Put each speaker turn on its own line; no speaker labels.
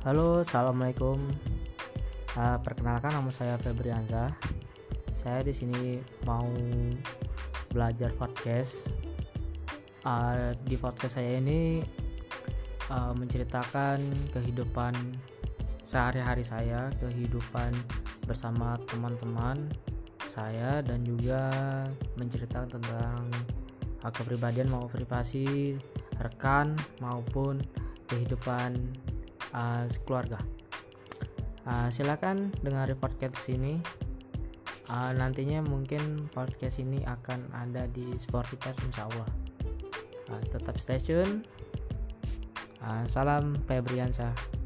Halo, assalamualaikum. Perkenalkan, nama saya Febriansa. Saya di sini mau belajar podcast. Di podcast saya ini menceritakan kehidupan sehari-hari saya, kehidupan bersama teman-teman saya, dan juga menceritakan tentang kepribadian maupun privasi rekan maupun kehidupan keluarga. Silakan dengar podcast ini. Nantinya mungkin podcast ini akan ada di Spotify insyaallah. Tetap stay tune. Salam Febriansa.